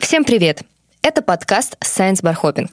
Всем привет! Это подкаст Science Bar Hopping.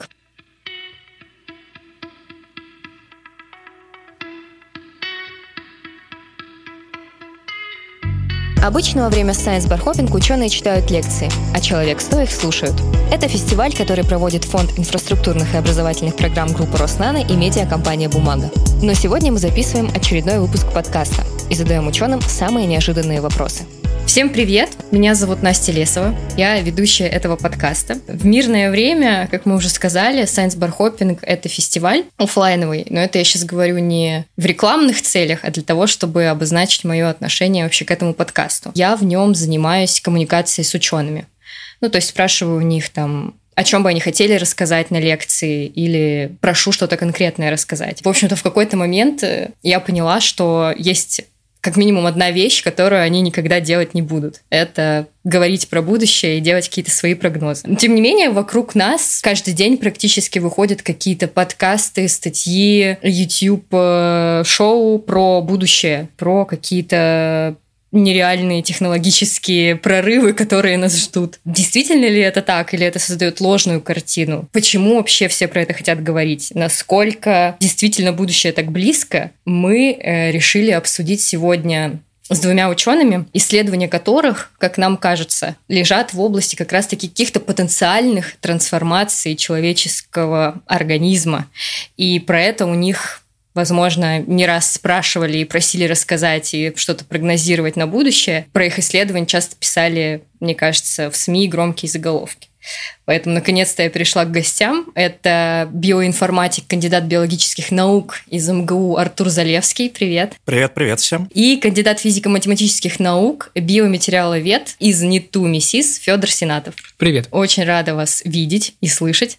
Обычно во время Science Bar Hopping ученые читают лекции, а человек 100 их слушают. Это фестиваль, который проводит Фонд инфраструктурных и образовательных программ группы Роснано и медиакомпания «Бумага». Но сегодня мы записываем очередной выпуск подкаста и задаем ученым самые неожиданные вопросы. Всем привет! Меня зовут Настя Лесова, я ведущая этого подкаста. В мирное время, как мы уже сказали, Science Bar Hopping — это фестиваль офлайновый, но это я сейчас говорю не в рекламных целях, а для того, чтобы обозначить мое отношение вообще к этому подкасту. Я в нем занимаюсь коммуникацией с учеными. То есть спрашиваю у них о чем бы они хотели рассказать на лекции или прошу что-то конкретное рассказать. В общем-то, в какой-то момент я поняла, что есть как минимум одна вещь, которую они никогда делать не будут. Это говорить про будущее и делать какие-то свои прогнозы. Но, тем не менее, вокруг нас каждый день практически выходят какие-то подкасты, статьи, YouTube-шоу про будущее, про какие-то нереальные технологические прорывы, которые нас ждут. Действительно ли это так, или это создает ложную картину? Почему вообще все про это хотят говорить? Насколько действительно будущее так близко? Мы решили обсудить сегодня с двумя учеными, исследования которых, как нам кажется, лежат в области как раз-таки каких-то потенциальных трансформаций человеческого организма. И про это у них, возможно, не раз спрашивали и просили рассказать и что-то прогнозировать на будущее. Про их исследования часто писали, мне кажется, в СМИ громкие заголовки. Поэтому, наконец-то, я перешла к гостям. Это биоинформатик, кандидат биологических наук из МГУ Артур Залевский. Привет. Привет всем. И кандидат физико-математических наук, биоматериаловед из НИТУ МИСИС Федор Сенатов. Привет. Очень рада вас видеть и слышать.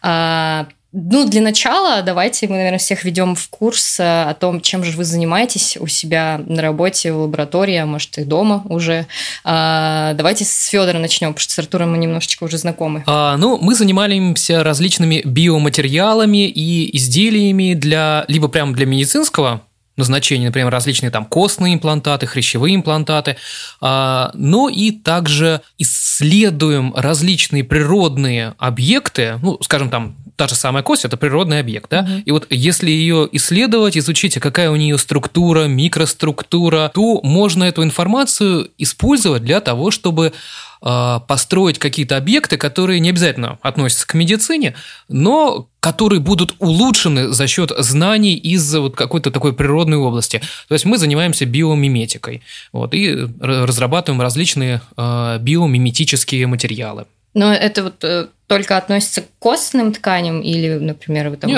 Для начала давайте мы, наверное, всех введем в курс о том, чем же вы занимаетесь у себя на работе, в лаборатории, а может и дома уже. Давайте с Федора начнем, потому что с Артуром мы немножечко уже знакомы. Мы занимаемся различными биоматериалами и изделиями либо прямо для медицинского назначения, например, различные костные имплантаты, хрящевые имплантаты, но и также исследуем различные природные объекты, скажем, та же самая кость – это природный объект, да? И вот если ее исследовать, изучить, какая у нее структура, микроструктура, то можно эту информацию использовать для того, чтобы построить какие-то объекты, которые не обязательно относятся к медицине, но которые будут улучшены за счет знаний из какой-то такой природной области. То есть мы занимаемся биомиметикой и разрабатываем различные биомиметические материалы. Но это только относится к костным тканям или, например, вы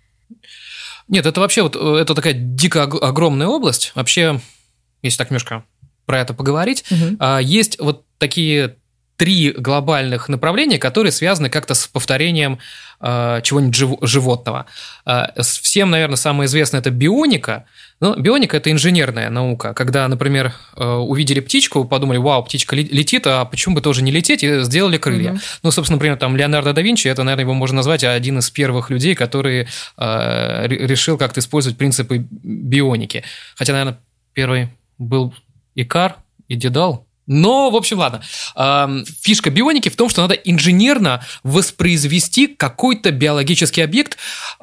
Нет, это вообще это такая дико огромная область. Вообще, если так немножко про это поговорить, есть такие 3 глобальных направления, которые связаны как-то с повторением чего-нибудь животного. Всем, наверное, самое известное – это бионика. Но бионика – это инженерная наука. Когда, например, увидели птичку, подумали, вау, птичка летит, а почему бы тоже не лететь, и сделали крылья. Собственно, например, Леонардо да Винчи – это, наверное, его можно назвать один из первых людей, который решил как-то использовать принципы бионики. Хотя, наверное, первый был Икар и Дедал. Но, в общем, ладно. Фишка бионики в том, что надо инженерно воспроизвести какой-то биологический объект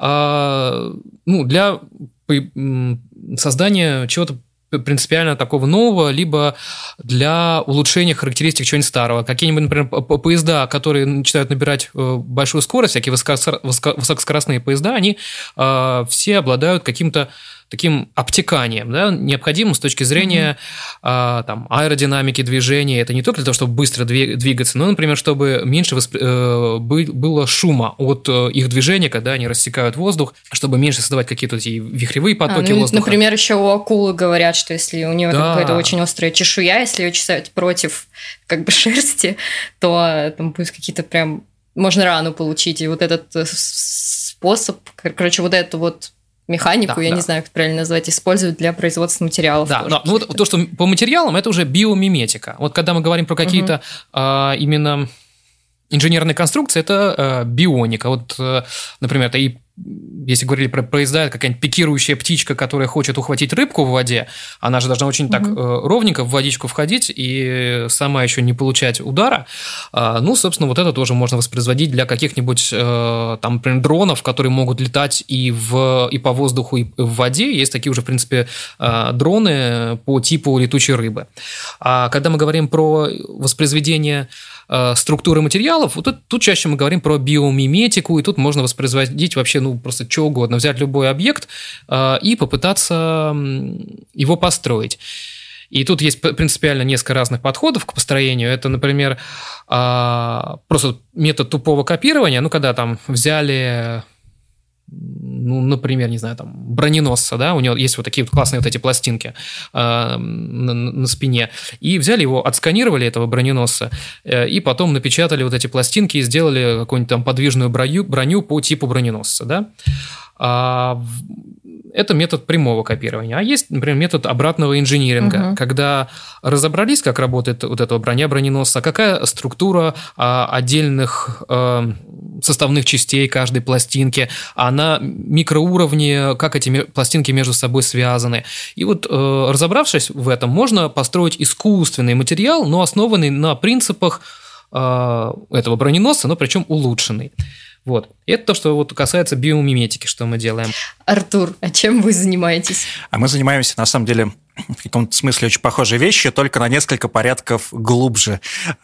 для создания чего-то принципиально такого нового, либо для улучшения характеристик чего-нибудь старого. Какие-нибудь, например, поезда, которые начинают набирать большую скорость, всякие высокоскоростные поезда, они все обладают каким-то таким обтеканием, необходимым с точки зрения аэродинамики движения. Это не только для того, чтобы быстро двигаться, но, например, чтобы меньше было шума от их движения, когда они рассекают воздух, чтобы меньше создавать какие-то вихревые потоки воздуха. Например, еще у акулы говорят, что если у нее какая-то очень острая чешуя, если ее чесать против шерсти, то там будет какие-то прям... Можно рану получить. И этот способ, эту механику, я не знаю, как правильно назвать, используют для производства материалов. То, что по материалам, это уже биомиметика. Когда мы говорим про какие-то именно инженерной конструкции – это бионика. Вот, например, это и если говорили про поезда, какая-нибудь пикирующая птичка, которая хочет ухватить рыбку в воде, она же должна очень так ровненько в водичку входить и сама еще не получать удара. Ну, собственно, вот это тоже можно воспроизводить для каких-нибудь, там, например, дронов, которые могут летать и по воздуху, и в воде. Есть такие уже, в принципе, дроны по типу летучей рыбы. А когда мы говорим про воспроизведение структуры материалов, вот тут чаще мы говорим про биомиметику, и тут можно воспроизводить вообще, ну, просто что угодно, взять любой объект и попытаться его построить. И тут есть принципиально несколько разных подходов к построению. Это, например, просто метод тупого копирования, ну, когда там взяли... Ну, например, не знаю, там, броненосца, да, у него есть вот такие вот классные вот эти пластинки на спине, и взяли его, отсканировали этого броненосца, и потом напечатали вот эти пластинки и сделали какую-нибудь там подвижную броню по типу броненосца, да. Это метод прямого копирования. А есть, например, метод обратного инжиниринга, когда разобрались, как работает вот эта броня броненосца, какая структура отдельных составных частей каждой пластинки, а на микроуровне, как эти пластинки между собой связаны. И вот, разобравшись в этом, можно построить искусственный материал, но основанный на принципах этого броненосца, но причем улучшенный. Вот. И это то, что вот касается биомиметики, что мы делаем. Артур, а чем вы занимаетесь? А мы занимаемся, на самом деле, в каком-то смысле очень похожие вещи, только на несколько порядков глубже.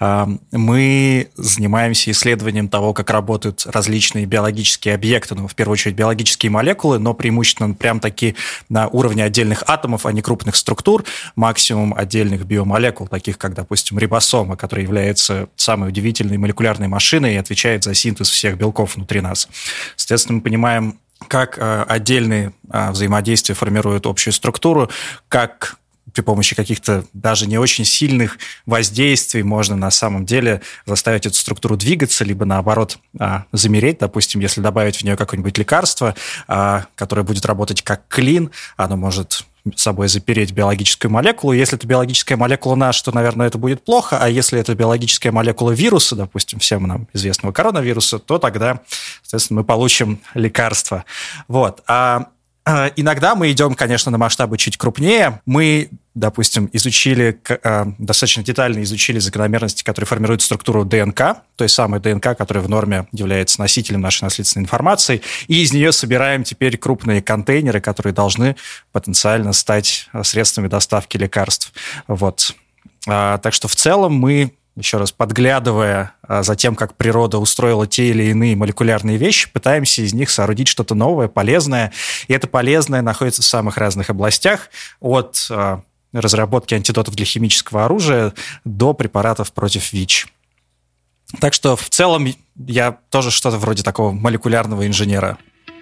Мы занимаемся исследованием того, как работают различные биологические объекты, ну, в первую очередь биологические молекулы, но преимущественно прям-таки на уровне отдельных атомов, а не крупных структур, максимум отдельных биомолекул, таких как, допустим, рибосома, которая является самой удивительной молекулярной машиной и отвечает за синтез всех белков внутри нас. Соответственно, мы понимаем, как отдельные взаимодействия формируют общую структуру, как при помощи каких-то даже не очень сильных воздействий можно на самом деле заставить эту структуру двигаться, либо наоборот замереть. Допустим, если добавить в нее какое-нибудь лекарство, которое будет работать как клин, оно может собой запереть биологическую молекулу. Если это биологическая молекула наша, то, наверное, это будет плохо, а если это биологическая молекула вируса, допустим, всем нам известного коронавируса, то тогда, соответственно, мы получим лекарство. Вот. Иногда мы идем, конечно, на масштабы чуть крупнее. Мы, допустим, достаточно детально изучили закономерности, которые формируют структуру ДНК, той самой ДНК, которая в норме является носителем нашей наследственной информации, и из нее собираем теперь крупные контейнеры, которые должны потенциально стать средствами доставки лекарств. Вот. Так что в целом мы, еще раз подглядывая за тем, как природа устроила те или иные молекулярные вещи, пытаемся из них соорудить что-то новое, полезное. И это полезное находится в самых разных областях, от разработки антидотов для химического оружия до препаратов против ВИЧ. Так что в целом я тоже что-то вроде такого молекулярного инженера.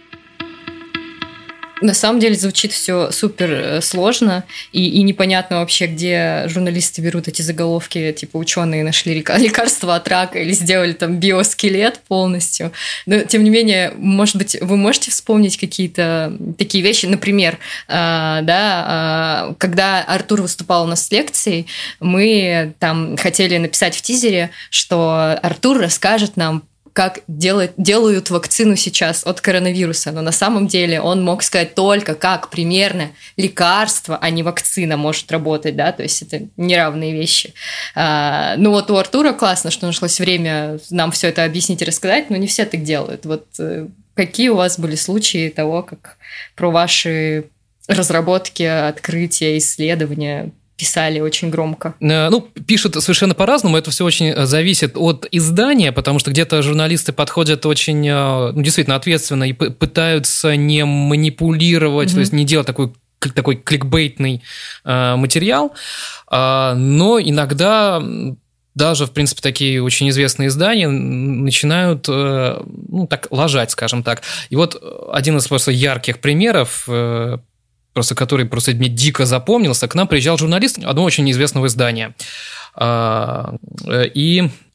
На самом деле звучит все супер сложно, и непонятно вообще, где журналисты берут эти заголовки, типа ученые нашли лекарство от рака или сделали там биоскелет полностью. Но, тем не менее, может быть, вы можете вспомнить какие-то такие вещи? Например, когда Артур выступал у нас с лекцией, мы там хотели написать в тизере, что Артур расскажет нам, как делают вакцину сейчас от коронавируса. Но на самом деле он мог сказать только, как примерно лекарство, а не вакцина может работать, да, то есть это неравные вещи. Ну вот у Артура классно, что нашлось время нам все это объяснить и рассказать, но не все так делают. Вот какие у вас были случаи того, как про ваши разработки, открытия, исследования писали очень громко? Ну, пишут совершенно по-разному, это все очень зависит от издания, потому что где-то журналисты подходят очень, действительно ответственно и пытаются не манипулировать, то есть не делать такой кликбейтный материал, но иногда даже, в принципе, такие очень известные издания начинают, так лажать, скажем так. И вот один из просто ярких примеров, который мне дико запомнился. К нам приезжал журналист одного очень известного издания. И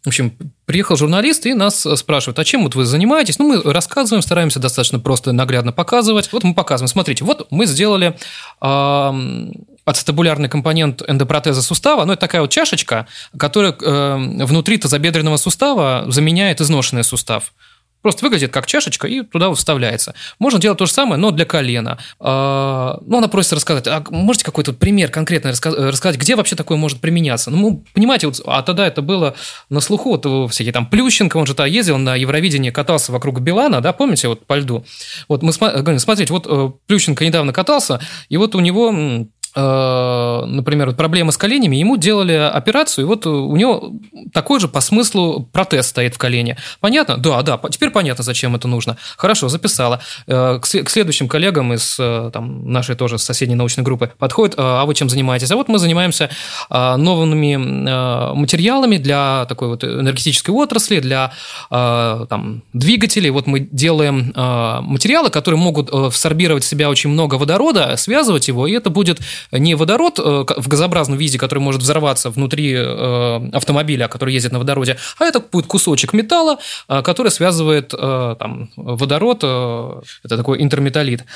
В общем, приехал журналист и нас спрашивает, а чем вот вы занимаетесь? Ну, мы рассказываем, стараемся достаточно просто наглядно показывать. Вот мы показываем, смотрите, вот мы сделали ацетабулярный компонент эндопротеза сустава, ну, это такая вот чашечка, которая внутри тазобедренного сустава заменяет изношенный сустав. Просто выглядит как чашечка и туда вставляется. Можно делать то же самое, но для колена. Ну, она просит рассказать, а можете какой-то пример конкретно рассказать, где вообще такое может применяться? Ну, понимаете, вот, а тогда это было на слуху, вот всякие там Плющенко, он же тогда ездил на Евровидении, катался вокруг Билана, да, помните, вот по льду? Вот мы говорим, смотрите, вот Плющенко недавно катался, и вот у него... например, вот проблемы с коленями, ему делали операцию, и вот у него такой же по смыслу протез стоит в колене. Понятно? Да, теперь понятно, зачем это нужно. Хорошо, записала. К следующим коллегам из там, нашей тоже соседней научной группы подходит, а вы чем занимаетесь? А вот мы занимаемся новыми материалами для такой вот энергетической отрасли, для там, двигателей. Вот мы делаем материалы, которые могут всорбировать в себя очень много водорода, связывать его, и это будет не водород в газообразном виде, который может взорваться внутри автомобиля, который ездит на водороде, а это будет кусочек металла, который связывает там, водород, это такой интерметаллит.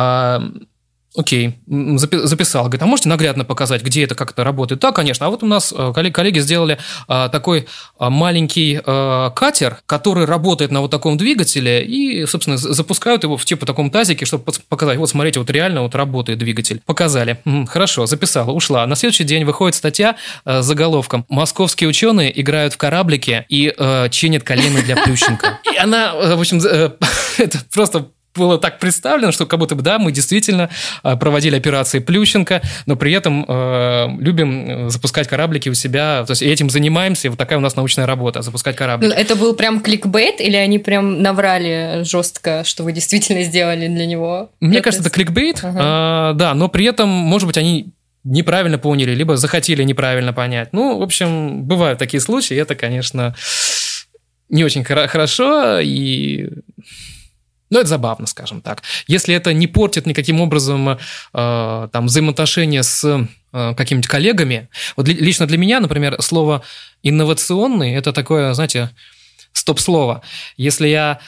Окей, записал. Говорит, а можете наглядно показать, где это, как это работает? Да, конечно. А вот у нас коллеги сделали такой маленький катер, который работает на вот таком двигателе, и, собственно, запускают его в типа таком тазике, чтобы показать, вот смотрите, вот реально вот работает двигатель. Показали. Хорошо, записала, ушла. На следующий день выходит статья с заголовком «Московские ученые играют в кораблики и чинят колено для Плющенко». И она, в общем, это просто... было так представлено, что как будто бы, да, мы действительно проводили операции Плющенко, но при этом любим запускать кораблики у себя, то есть этим занимаемся, и вот такая у нас научная работа, запускать кораблики. Это был прям кликбейт, или они прям наврали жестко, что вы действительно сделали для него? Мне кажется, это кликбейт, да, но при этом, может быть, они неправильно поняли, либо захотели неправильно понять. Ну, в общем, бывают такие случаи, и это, конечно, не очень хорошо, и... Ну, это забавно, скажем так. Если это не портит никаким образом там, взаимоотношения с какими-нибудь коллегами. Вот лично для меня, например, слово «инновационный» – это такое, знаете, стоп-слово. Если я...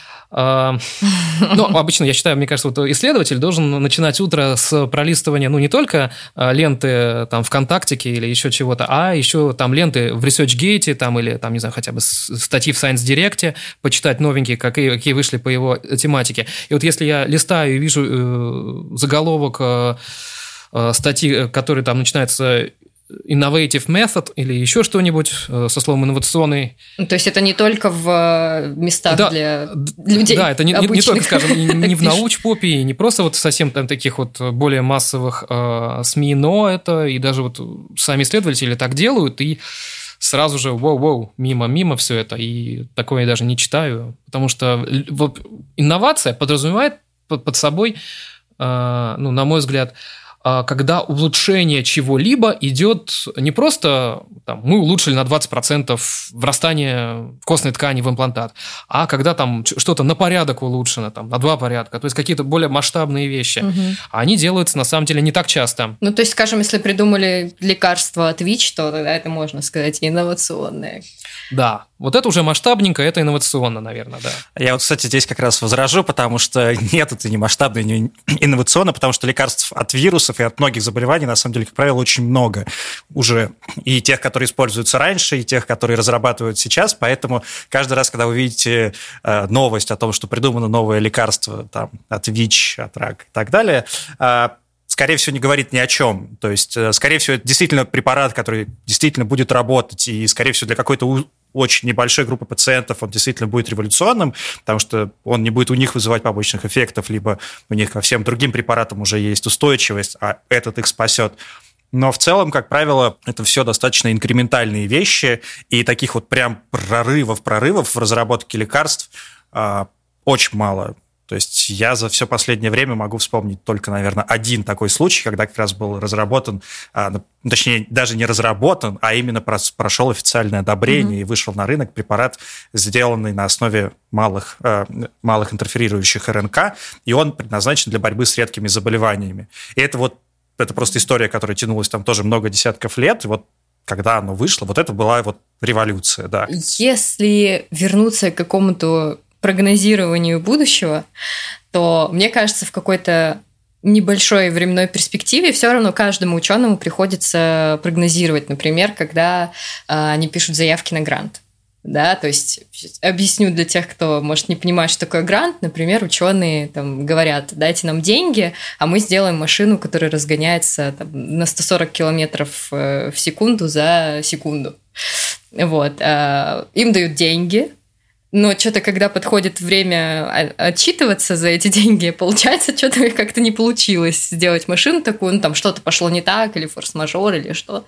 Ну, обычно, я считаю, мне кажется, вот исследователь должен начинать утро с пролистывания, ну, не только ленты там ВКонтактике или еще чего-то, а еще там ленты в ResearchGate там, или, там, не знаю, хотя бы статьи в Science Direct, почитать новенькие, какие вышли по его тематике. И вот если я листаю и вижу заголовок статьи, который там начинается... innovative method или еще что-нибудь со словом инновационный. То есть это не только в местах для людей. Да, это не только, скажем, не в научпопе, не просто вот совсем там таких вот более массовых СМИ, но это и даже вот сами исследователи так делают, и сразу же воу-воу, мимо все это, и такое я даже не читаю, потому что инновация подразумевает под собой, ну, на мой взгляд, когда улучшение чего-либо идет не просто там, мы улучшили на 20% врастание костной ткани в имплантат, а когда там что-то на порядок улучшено, там, на 2 порядка, то есть какие-то более масштабные вещи. Угу. Они делаются на самом деле не так часто. Ну, то есть, скажем, если придумали лекарство от ВИЧ, то тогда это, можно сказать, инновационное. Да, вот это уже масштабненько, это инновационно, наверное, да. Я вот, кстати, здесь как раз возражу, потому что нет, это не масштабно, не инновационно, потому что лекарств от вирусов и от многих заболеваний, на самом деле, как правило, очень много уже. И тех, которые используются раньше, и тех, которые разрабатывают сейчас, поэтому каждый раз, когда вы видите новость о том, что придумано новое лекарство там, от ВИЧ, от рака и так далее, скорее всего, не говорит ни о чем. То есть, скорее всего, это действительно препарат, который действительно будет работать, и, скорее всего, для какой-то очень небольшой группы пациентов он действительно будет революционным, потому что он не будет у них вызывать побочных эффектов, либо у них ко всем другим препаратам уже есть устойчивость, а этот их спасет. Но в целом, как правило, это все достаточно инкрементальные вещи, и таких вот прям прорывов в разработке лекарств очень мало. То есть я за все последнее время могу вспомнить только, наверное, один такой случай, когда как раз был разработан, точнее, даже не разработан, а именно прошел официальное одобрение и вышел на рынок препарат, сделанный на основе малых интерферирующих РНК, и он предназначен для борьбы с редкими заболеваниями. И это просто история, которая тянулась там тоже много десятков лет, и вот когда оно вышло, вот это была вот революция, да. Если вернуться к какому-то прогнозированию будущего, то, мне кажется, в какой-то небольшой временной перспективе все равно каждому ученому приходится прогнозировать, например, когда они пишут заявки на грант. Да, то есть объясню для тех, кто, может, не понимает, что такое грант. Например, ученые там говорят: дайте нам деньги, а мы сделаем машину, которая разгоняется там на 140 километров в секунду за секунду. Вот. Им дают деньги, но что-то, когда подходит время отчитываться за эти деньги, получается, что-то как-то не получилось сделать машину такую, ну, там что-то пошло не так, или форс-мажор, или что.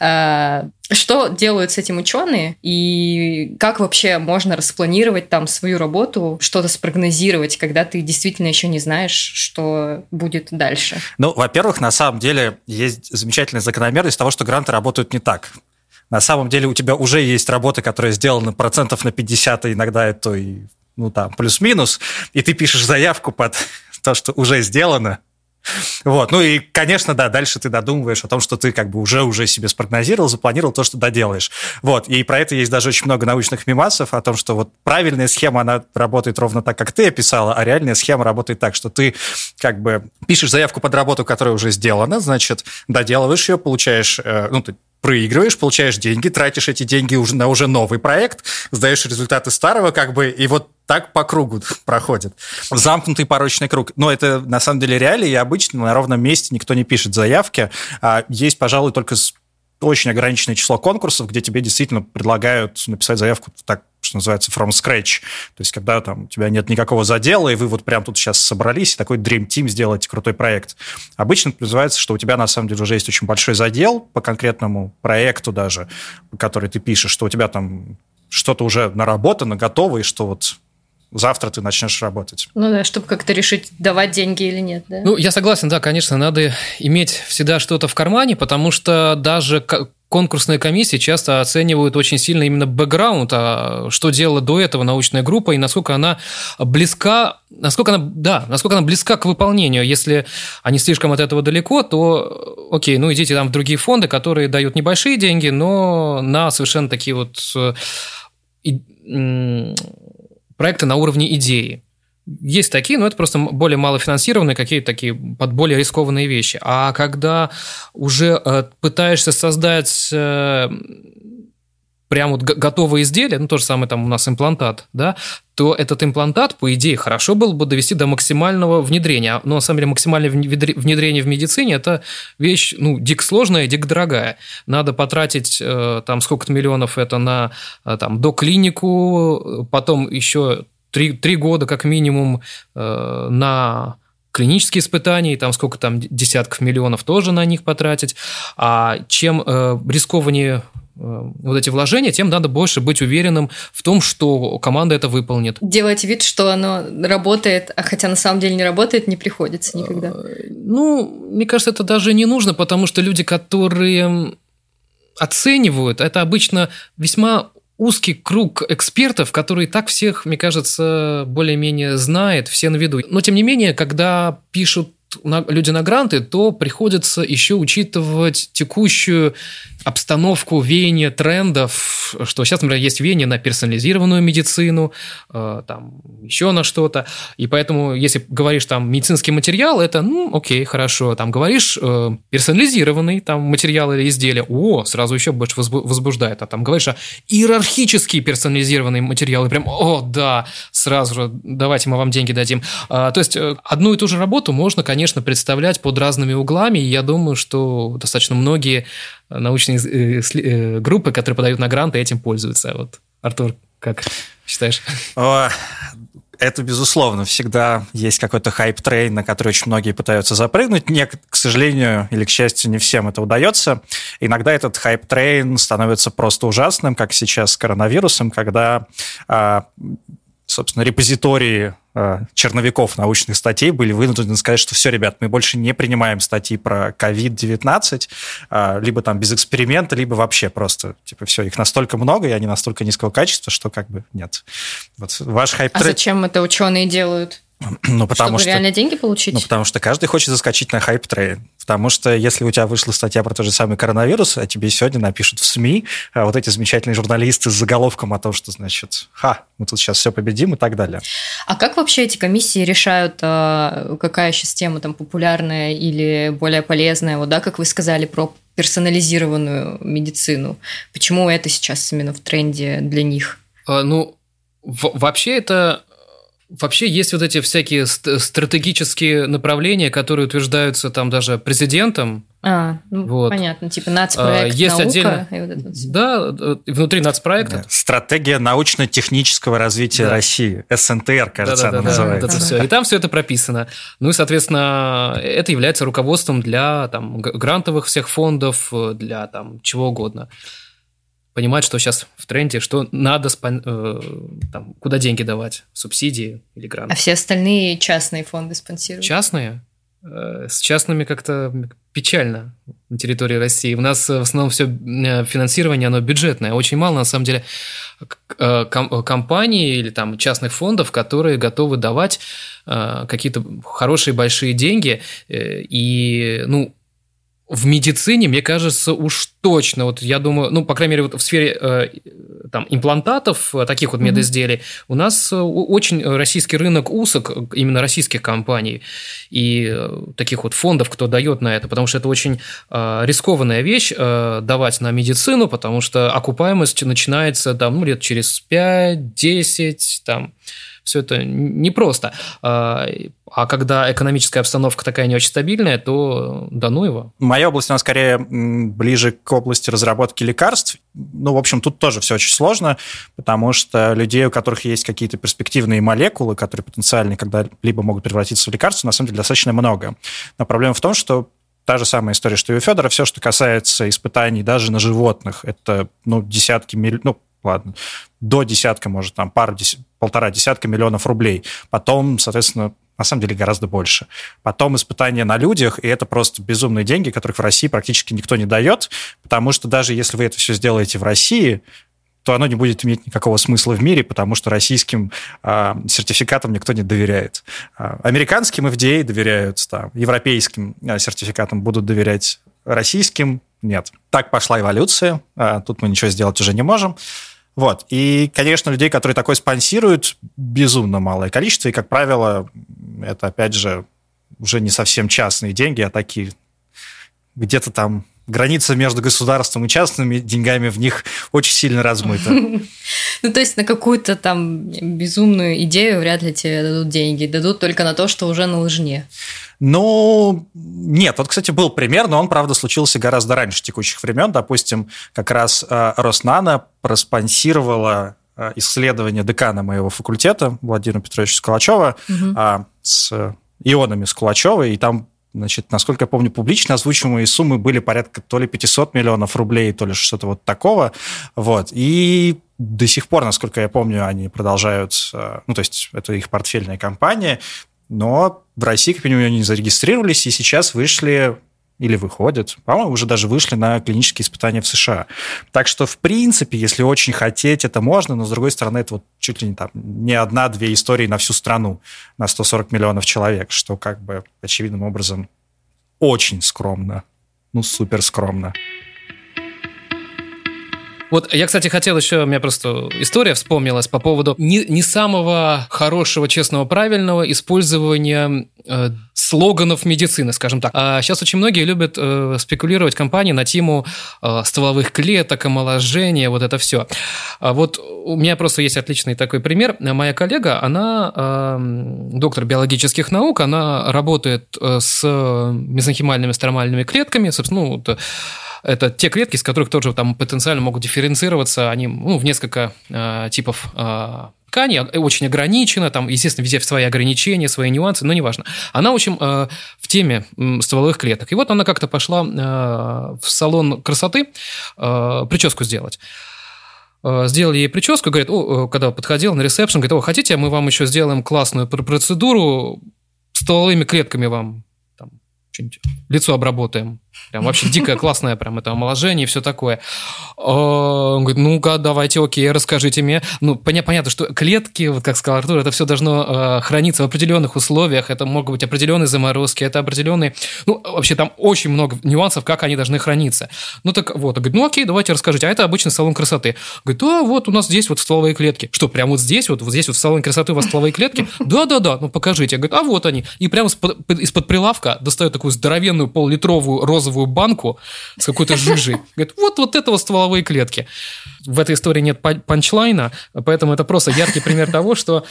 Что делают с этим ученые, и как вообще можно распланировать там свою работу, что-то спрогнозировать, когда ты действительно еще не знаешь, что будет дальше? Ну, во-первых, на самом деле есть замечательная закономерность того, что гранты работают не так. На самом деле у тебя уже есть работы, которые сделаны процентов на 50, иногда это и, ну, там, плюс-минус, и ты пишешь заявку под то, что уже сделано. Вот. Ну и, конечно, да, дальше ты додумываешь о том, что ты как бы уже себе спрогнозировал, запланировал то, что доделаешь. Вот. И про это есть даже очень много научных мемасов о том, что вот правильная схема, она работает ровно так, как ты описала, а реальная схема работает так, что ты как бы пишешь заявку под работу, которая уже сделана, значит, доделываешь ее, получаешь, ну, ты проигрываешь, получаешь деньги, тратишь эти деньги на уже новый проект, сдаешь результаты старого, как бы, и вот так по кругу проходит. Замкнутый порочный круг. Но это, на самом деле, реалии, и обычно на ровном месте никто не пишет заявки. Есть, пожалуй, только очень ограниченное число конкурсов, где тебе действительно предлагают написать заявку так, что называется, from scratch. То есть, когда там у тебя нет никакого задела, и вы вот прям тут сейчас собрались, и такой Dream Team сделаете крутой проект. Обычно называется, что у тебя, на самом деле, уже есть очень большой задел по конкретному проекту даже, который ты пишешь, что у тебя там что-то уже наработано, готово, и что вот завтра ты начнешь работать. Ну да, чтобы как-то решить, давать деньги или нет, да? Ну, я согласен, да, конечно, надо иметь всегда что-то в кармане, потому что даже конкурсные комиссии часто оценивают очень сильно именно бэкграунд, что делала до этого научная группа и насколько она близка к выполнению. Если они слишком от этого далеко, то окей, ну идите там в другие фонды, которые дают небольшие деньги, но на совершенно такие вот проекты на уровне идеи. Есть такие, но это просто более малофинансированные, какие-то такие под более рискованные вещи. А когда уже пытаешься создать прям вот готовое изделие, ну, то же самое там у нас имплантат, да, то этот имплантат, по идее, хорошо было бы довести до максимального внедрения. Но, на самом деле, максимальное внедрение в медицине – это вещь, ну, дико сложная, дико дорогая. Надо потратить там сколько-то миллионов это на там, доклинику, потом еще 3 года как минимум на клинические испытания, и там сколько там десятков миллионов тоже на них потратить. А чем рискованнее вот эти вложения, тем надо больше быть уверенным в том, что команда это выполнит. Делать вид, что оно работает, а хотя на самом деле не работает, не приходится никогда. Ну, мне кажется, это даже не нужно, потому что люди, которые оценивают, это обычно весьма узкий круг экспертов, которые так всех, мне кажется, более-менее знает, все на виду. Но, тем не менее, когда пишут люди на гранты, то приходится еще учитывать текущую обстановку, веяние трендов, что сейчас, например, есть веяние на персонализированную медицину, там, еще на что-то, и поэтому, если говоришь там медицинский материал, это, ну, окей, хорошо, там, говоришь персонализированный там материал или изделие, сразу еще больше возбуждает, а там говоришь иерархический персонализированный материал, и прям, да, сразу же давайте мы вам деньги дадим. То есть, одну и ту же работу можно, конечно, представлять под разными углами, и я думаю, что достаточно многие научные группы, которые подают на гранты, этим пользуются. Вот, Артур, как считаешь? Это, безусловно, всегда есть какой-то хайп-трейн, на который очень многие пытаются запрыгнуть. К сожалению или к счастью, не всем это удается. Иногда этот хайп-трейн становится просто ужасным, как сейчас с коронавирусом, когда, собственно, репозитории черновиков научных статей были вынуждены сказать, что все, ребят, мы больше не принимаем статьи про COVID-19, либо там без эксперимента, либо вообще просто, типа, все, их настолько много, и они настолько низкого качества, что как бы нет. Вот ваш хайп-трейн... А зачем это ученые делают? Чтобы реально деньги получить? Потому что каждый хочет заскочить на хайп-трейн. Потому что если у тебя вышла статья про тот же самый коронавирус, а тебе сегодня напишут в СМИ вот эти замечательные журналисты с заголовком о том, что, значит, мы тут сейчас все победим и так далее. А как вообще эти комиссии решают, какая сейчас тема там популярная или более полезная? Вот, да, как вы сказали про персонализированную медицину. Почему это сейчас именно в тренде для них? Вообще есть вот эти всякие стратегические направления, которые утверждаются там даже президентом. Понятно, типа нацпроект, есть наука. Отдельно, и вот это. Да, внутри нацпроекта. Да. Стратегия научно-технического развития России. СНТР, кажется, она называется. Вот это все. И там все это прописано. Ну и, соответственно, это является руководством для там, грантовых всех фондов, для там, чего угодно. Понимать, что сейчас в тренде, что надо, там, куда деньги давать, субсидии или гранты. А все остальные частные фонды спонсируют? Частные? С частными как-то печально на территории России. У нас в основном все финансирование, оно бюджетное. Очень мало, на самом деле, компаний или там, частных фондов, которые готовы давать какие-то хорошие большие деньги. И, в медицине, мне кажется, уж точно, вот я думаю, по крайней мере, вот в сфере там, имплантатов, таких вот медизделий, у нас очень российский рынок узок, именно российских компаний и таких вот фондов, кто дает на это, потому что это очень рискованная вещь давать на медицину, потому что окупаемость начинается там, лет через 5-10, там, все это непросто. А когда экономическая обстановка такая не очень стабильная, то да ну его. Моя область, она скорее ближе к области разработки лекарств. В общем, тут тоже все очень сложно, потому что людей, у которых есть какие-то перспективные молекулы, которые потенциально когда-либо могут превратиться в лекарства, на самом деле достаточно много. Но проблема в том, что та же самая история, что и у Федора, все, что касается испытаний даже на животных, это десятки миллионов, до десятка, может, там, полтора десятка миллионов рублей. Потом, соответственно, на самом деле гораздо больше. Потом испытания на людях, и это просто безумные деньги, которых в России практически никто не дает, потому что даже если вы это все сделаете в России, то оно не будет иметь никакого смысла в мире, потому что российским сертификатам никто не доверяет. Американским FDA доверяют, европейским сертификатам будут доверять, российским нет. Так пошла эволюция, тут мы ничего сделать уже не можем. И, конечно, людей, которые такое спонсируют, безумно малое количество, и, как правило, это, опять же, уже не совсем частные деньги, а такие где-то там граница между государством и частными деньгами в них очень сильно размыта. То есть на какую-то там безумную идею вряд ли тебе дадут деньги, дадут только на то, что уже на лыжне. Нет. Кстати, был пример, но он, правда, случился гораздо раньше текущих времен. Допустим, как раз Роснано проспонсировала исследование декана моего факультета Владимира Петровича Скулачева с ионами Скулачева, и там, значит, насколько я помню, публично озвучиваемые суммы были порядка то ли 500 миллионов рублей, то ли что-то вот такого. И до сих пор, насколько я помню, они продолжают, то есть это их портфельная компания, но в России, как минимум, они не зарегистрировались, и сейчас вышли или выходят, по-моему, уже даже вышли на клинические испытания в США. Так что, в принципе, если очень хотеть, это можно, но, с другой стороны, это чуть ли не там не одна-две истории на всю страну, на 140 миллионов человек, что как бы очевидным образом очень скромно, супер скромно. Я, кстати, хотел еще, у меня просто история вспомнилась по поводу не самого хорошего, честного, правильного использования слоганов медицины, скажем так. А сейчас очень многие любят спекулировать компании на тему стволовых клеток, омоложения, вот это все. У меня просто есть отличный такой пример. Моя коллега, она доктор биологических наук, она работает с мезонхимальными стромальными клетками, собственно, это те клетки, из которых тоже там потенциально могут дифференцироваться, они в несколько типов ткани, очень ограничено, там, естественно, везде свои ограничения, свои нюансы, но неважно. Она, в общем, в теме стволовых клеток. И она как-то пошла в салон красоты прическу сделать. Сделали ей прическу, говорит, когда подходил на ресепшн, говорит, хотите, мы вам еще сделаем классную процедуру, стволовыми клетками вам там что-нибудь лицо обработаем. Прям вообще дикое, классное прям это омоложение и все такое. Он говорит, ну-ка, давайте, окей, расскажите мне. Ну, понятно, что клетки, вот как сказал Артур, это все должно храниться в определенных условиях, это могут быть определенные заморозки, это определенные... Ну, вообще там очень много нюансов, как они должны храниться. Ну, так вот, он говорит, ну, окей, давайте расскажите. А это обычный салон красоты. Говорит, да, вот у нас здесь вот стволовые клетки. Что, прямо вот здесь вот здесь вот в салоне красоты у вас стволовые клетки? Да, ну, покажите. Говорит, а вот они. И прямо из-под прилавка достает такую здоровенную пол-литровую розовую банку с какой-то жижей. Говорит, вот это вот стволовые клетки. В этой истории нет панчлайна, поэтому это просто яркий пример того, что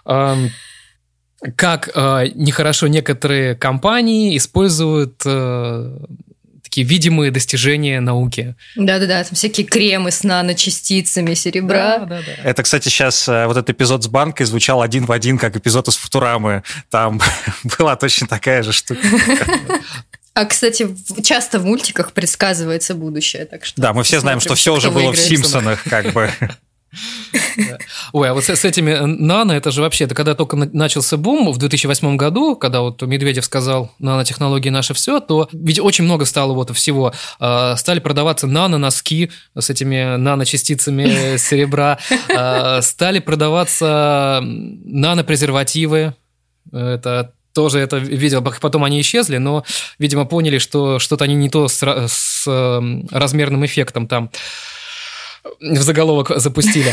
как нехорошо некоторые компании используют такие видимые достижения науки. Да-да-да, там всякие кремы с наночастицами серебра. Да. Это, кстати, сейчас вот этот эпизод с банкой звучал один в один, как эпизод из «Футурамы». Там была точно такая же штука. А, кстати, часто в мультиках предсказывается будущее, так что... Да, мы все знаем, что все уже было в «Симпсонах», как бы. Ой, а вот с этими нано, это же вообще, это когда только начался бум в 2008 году, когда вот Медведев сказал «нанотехнологии наше все», то ведь очень много стало вот всего. Стали продаваться нано-носки с этими наночастицами серебра, стали продаваться нано-презервативы, это тоже это видел, потом они исчезли, но, видимо, поняли, что что-то они не то с размерным эффектом там в заголовок запустили.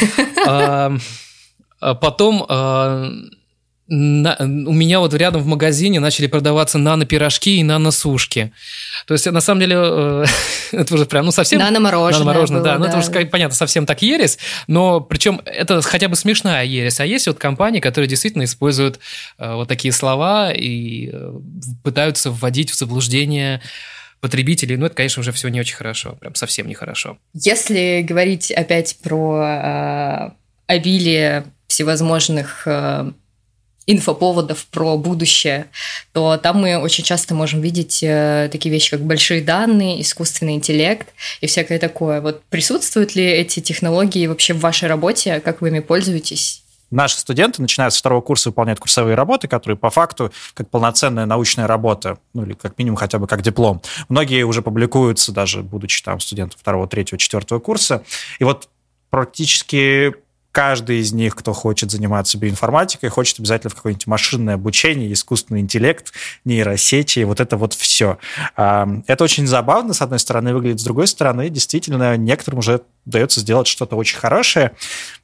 Потом у меня вот рядом в магазине начали продаваться нано-пирожки и нано-сушки. То есть, на самом деле, это уже прям, совсем... Нано-мороженое да. было, Это уже, понятно, совсем так ересь, но причем это хотя бы смешная ересь. А есть вот компании, которые действительно используют вот такие слова и пытаются вводить в заблуждение потребителей. Ну, это, конечно, уже все не очень хорошо, прям совсем нехорошо. Если говорить опять про обилие всевозможных инфоповодов про будущее, то там мы очень часто можем видеть такие вещи, как большие данные, искусственный интеллект и всякое такое. Вот присутствуют ли эти технологии вообще в вашей работе? Как вы ими пользуетесь? Наши студенты, начиная с второго курса, выполняют курсовые работы, которые по факту как полноценная научная работа, ну или как минимум хотя бы как диплом. Многие уже публикуются, даже будучи там студентом второго, третьего, четвертого курса. И вот практически каждый из них, кто хочет заниматься биоинформатикой, хочет обязательно в какое-нибудь машинное обучение, искусственный интеллект, нейросети, вот это вот все. Это очень забавно, с одной стороны, выглядит, с другой стороны, действительно, некоторым уже удается сделать что-то очень хорошее.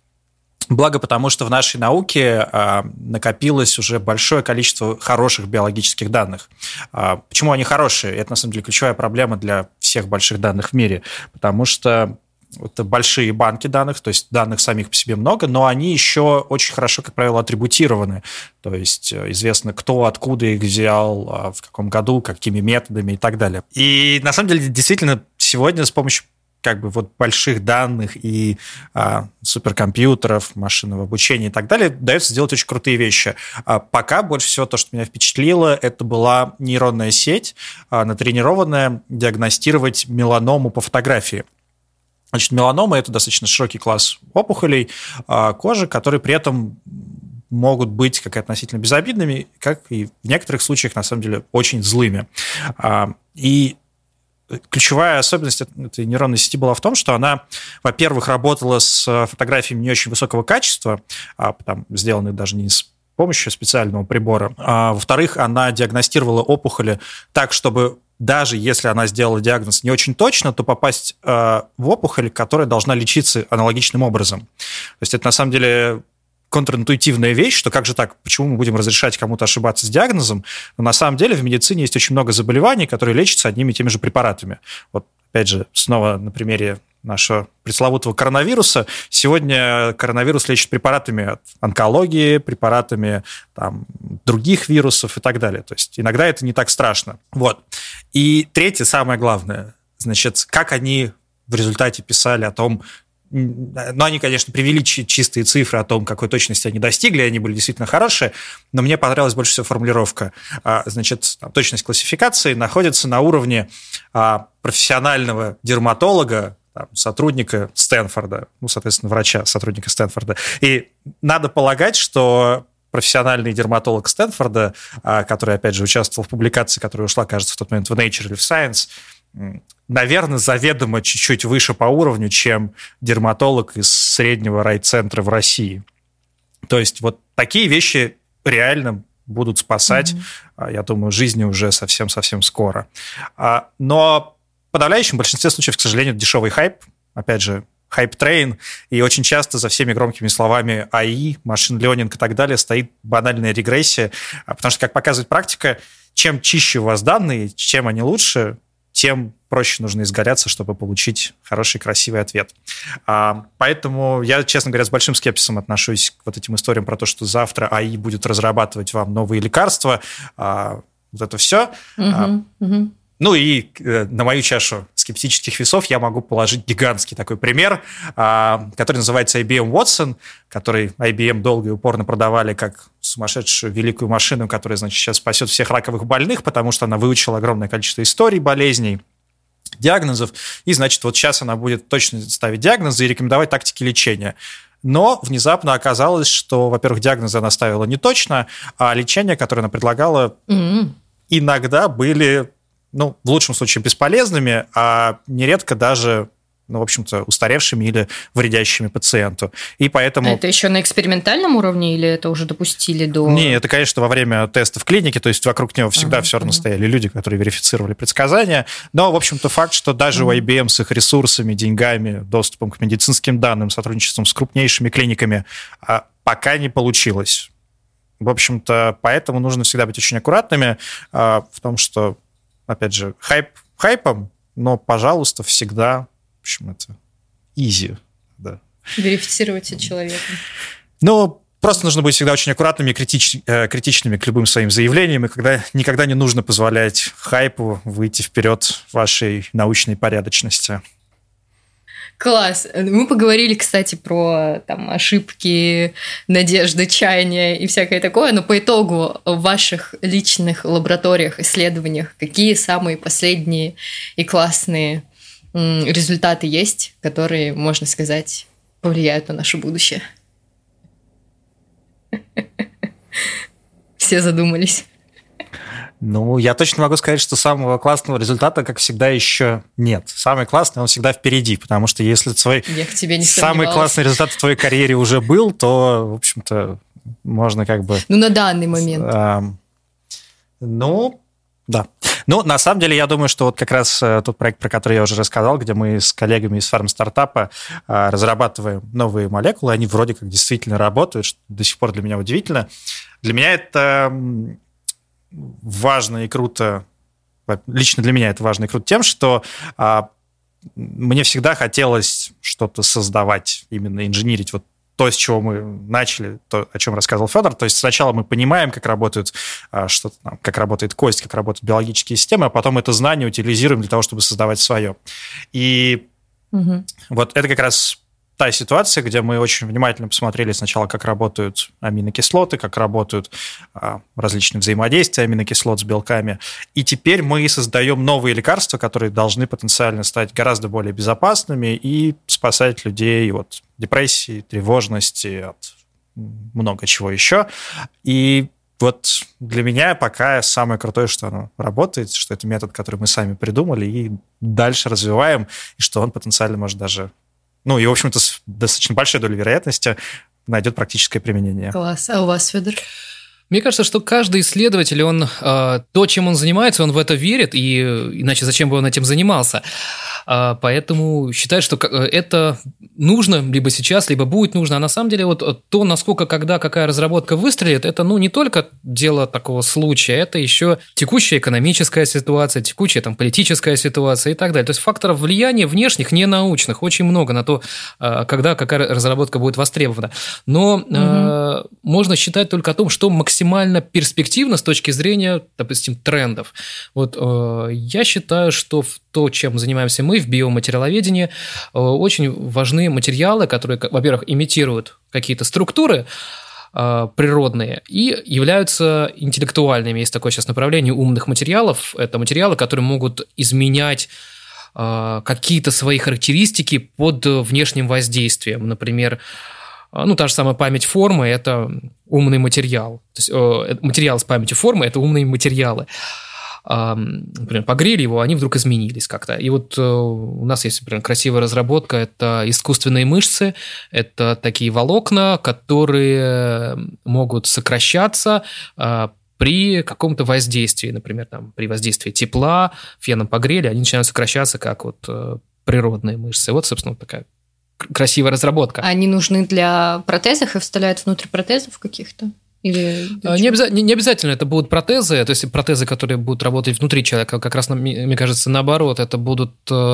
Благо потому, что в нашей науке накопилось уже большое количество хороших биологических данных. Почему они хорошие? Это, на самом деле, ключевая проблема для всех больших данных в мире, потому что это большие банки данных, то есть данных самих по себе много, но они еще очень хорошо, как правило, атрибутированы. То есть известно, кто, откуда их взял, в каком году, какими методами и так далее. И на самом деле, действительно, сегодня с помощью как бы вот больших данных и суперкомпьютеров, машинного обучения и так далее, удается сделать очень крутые вещи. Пока больше всего то, что меня впечатлило, это была нейронная сеть, натренированная диагностировать меланому по фотографии. Значит, меланома – это достаточно широкий класс опухолей кожи, которые при этом могут быть как относительно безобидными, как и в некоторых случаях, на самом деле, очень злыми. И ключевая особенность этой нейронной сети была в том, что она, во-первых, работала с фотографиями не очень высокого качества, сделанные даже не с помощью специального прибора. Во-вторых, она диагностировала опухоли так, чтобы даже если она сделала диагноз не очень точно, то попасть в опухоль, которая должна лечиться аналогичным образом. То есть это на самом деле контринтуитивная вещь, что как же так, почему мы будем разрешать кому-то ошибаться с диагнозом, но на самом деле в медицине есть очень много заболеваний, которые лечатся одними и теми же препаратами. Вот опять же, снова на примере нашего пресловутого коронавируса. Сегодня коронавирус лечит препаратами от онкологии, препаратами других вирусов и так далее. То есть иногда это не так страшно. Вот. И третье, самое главное, значит, как они в результате писали о том, они, конечно, привели чистые цифры о том, какой точности они достигли, они были действительно хорошие, но мне понравилась больше всего формулировка. Значит, точность классификации находится на уровне профессионального дерматолога, сотрудника Стэнфорда, соответственно, врача, сотрудника Стэнфорда. И надо полагать, что профессиональный дерматолог Стэнфорда, который, опять же, участвовал в публикации, которая ушла, кажется, в тот момент в Nature или в Science, наверное, заведомо чуть-чуть выше по уровню, чем дерматолог из среднего райцентра в России. То есть вот такие вещи реально будут спасать, я думаю, жизни уже совсем-совсем скоро. Но в подавляющем большинстве случаев, к сожалению, дешевый хайп, опять же, хайп-трейн, и очень часто за всеми громкими словами АИ, машин-ленинг и так далее стоит банальная регрессия, потому что, как показывает практика, чем чище у вас данные, чем они лучше, тем проще нужно изгаляться, чтобы получить хороший, красивый ответ. Поэтому я, честно говоря, с большим скепсисом отношусь к вот этим историям про то, что завтра АИ будет разрабатывать вам новые лекарства. Вот это все. Ну и на мою чашу скептических весов я могу положить гигантский такой пример, который называется IBM Watson, который IBM долго и упорно продавали как сумасшедшую великую машину, которая, значит, сейчас спасет всех раковых больных, потому что она выучила огромное количество историй, болезней, диагнозов, и, значит, вот сейчас она будет точно ставить диагнозы и рекомендовать тактики лечения. Но внезапно оказалось, что, во-первых, диагнозы она ставила не точно, а лечения, которые она предлагала, иногда были, ну, в лучшем случае бесполезными, а нередко даже, ну, в общем-то, устаревшими или вредящими пациенту. И поэтому... Это еще на экспериментальном уровне или это уже допустили до... Не, это, конечно, во время теста в клинике, то есть вокруг него всегда все равно стояли люди, которые верифицировали предсказания. Но, в общем-то, факт, что даже у IBM с их ресурсами, деньгами, доступом к медицинским данным, сотрудничеством с крупнейшими клиниками пока не получилось. В общем-то, поэтому нужно всегда быть очень аккуратными в том, что, опять же, хайпом, но, пожалуйста, всегда... В общем, это easy, да. Верифицировать от человека. Ну, просто нужно быть всегда очень аккуратными и критичными к любым своим заявлениям, и никогда не нужно позволять хайпу выйти вперед вашей научной порядочности. Класс. Мы поговорили, кстати, про там, ошибки, надежды, чаяния и всякое такое, но по итогу в ваших личных лабораториях, исследованиях какие самые последние и классные результаты есть, которые, можно сказать, повлияют на наше будущее? Все задумались. Ну, я точно могу сказать, что самого классного результата, как всегда, еще нет. Самый классный, он всегда впереди, потому что если самый классный результат в твоей карьере уже был, то, в общем-то, можно как бы... Ну, на данный момент. Да. Ну, на самом деле, я думаю, что вот как раз тот проект, про который я уже рассказал, где мы с коллегами из фармстартапа разрабатываем новые молекулы, они вроде как действительно работают, что до сих пор для меня удивительно. Для меня это важно и круто, лично для меня это важно и круто тем, что мне всегда хотелось что-то создавать, именно инженерить, вот то, с чего мы начали, то, о чем рассказывал Федор. То есть сначала мы понимаем, как работает что-то там, как работает кость, как работают биологические системы, а потом это знание утилизируем для того, чтобы создавать свое. И вот это как раз та ситуация, где мы очень внимательно посмотрели сначала, как работают аминокислоты, как работают различные взаимодействия аминокислот с белками. И теперь мы создаем новые лекарства, которые должны потенциально стать гораздо более безопасными и спасать людей от депрессии, тревожности, от много чего еще. И вот для меня пока самое крутое, что оно работает, что это метод, который мы сами придумали и дальше развиваем, и что он потенциально может даже... Ну, и, в общем-то, с достаточно большой долей вероятности найдет практическое применение. Класс. А у вас, Федор? Мне кажется, что каждый исследователь, он то, чем он занимается, он в это верит, и иначе зачем бы он этим занимался. Поэтому считаю, что это нужно либо сейчас, либо будет нужно. А на самом деле вот то, насколько, когда, какая разработка выстрелит, это не только дело такого случая, это еще текущая экономическая ситуация, текущая там, политическая ситуация и так далее. То есть факторов влияния внешних, ненаучных, очень много на то, когда какая разработка будет востребована. Но можно считать только о том, что максимально перспективно с точки зрения, допустим, трендов. Вот я считаю, что в то, чем занимаемся мы в биоматериаловедении, очень важны материалы, которые, во-первых, имитируют какие-то структуры природные и являются интеллектуальными. Есть такое сейчас направление умных материалов. Это материалы, которые могут изменять какие-то свои характеристики под внешним воздействием. Например, та же самая память формы – это умный материал. То есть материал с памятью формы – это умные материалы. например, погрели его, они вдруг изменились как-то. И вот у нас есть, например, красивая разработка, это искусственные мышцы, это такие волокна, которые могут сокращаться при каком-то воздействии, например, там, при воздействии тепла, феном погрели, они начинают сокращаться, как вот природные мышцы. Вот, собственно, вот такая красивая разработка. Они нужны для протезов и вставляют внутрь протезов каких-то? Или не обязательно это будут протезы, то есть протезы, которые будут работать внутри человека, как раз, мне кажется, наоборот, это будут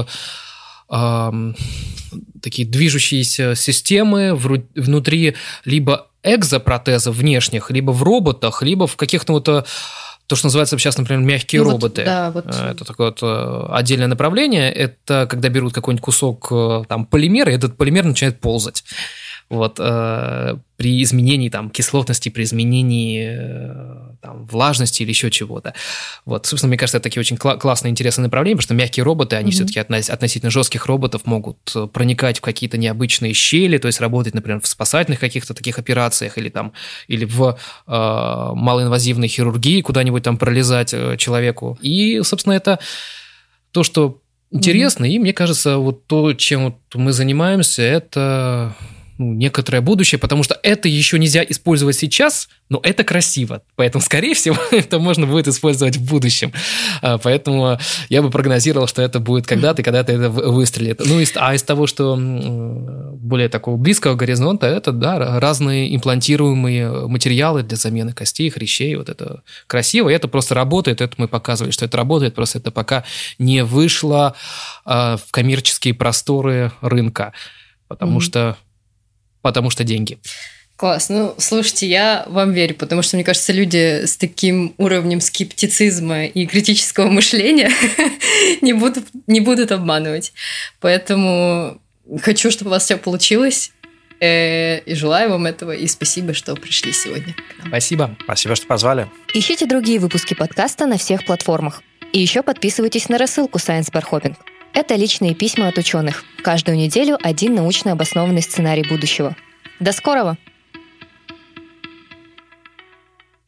такие движущиеся системы внутри либо экзопротезов внешних, либо в роботах, либо в каких-то вот то, что называется сейчас, например, мягкие роботы. Да, вот. Это такое вот отдельное направление. Это когда берут какой-нибудь кусок там, полимера, и этот полимер начинает ползать. Вот, при изменении там, кислотности, при изменении там, влажности или еще чего-то. Вот, собственно, мне кажется, это такие очень классные, интересные направления, потому что мягкие роботы, они все-таки относительно жестких роботов могут проникать в какие-то необычные щели, то есть работать, например, в спасательных каких-то таких операциях или в малоинвазивной хирургии, куда-нибудь там пролезать человеку. И, собственно, это то, что интересно, и мне кажется, вот то, чем вот мы занимаемся, это некоторое будущее, потому что это еще нельзя использовать сейчас, но это красиво. Поэтому, скорее всего, это можно будет использовать в будущем. Поэтому я бы прогнозировал, что это будет когда-то, и когда-то это выстрелит. Ну, из того, что более такого близкого горизонта, это, да, разные имплантируемые материалы для замены костей, хрящей. Вот это красиво, и это просто работает. Это мы показывали, что это работает, просто это пока не вышло в коммерческие просторы рынка, потому что деньги. Класс. Ну, слушайте, я вам верю, потому что, мне кажется, люди с таким уровнем скептицизма и критического мышления не будут обманывать. Поэтому хочу, чтобы у вас все получилось. И желаю вам этого. И спасибо, что пришли сегодня к нам. Спасибо. Спасибо, что позвали. Ищите другие выпуски подкаста на всех платформах. И еще подписывайтесь на рассылку Science Bar Hopping. Это личные письма от ученых. Каждую неделю один научно обоснованный сценарий будущего. До скорого!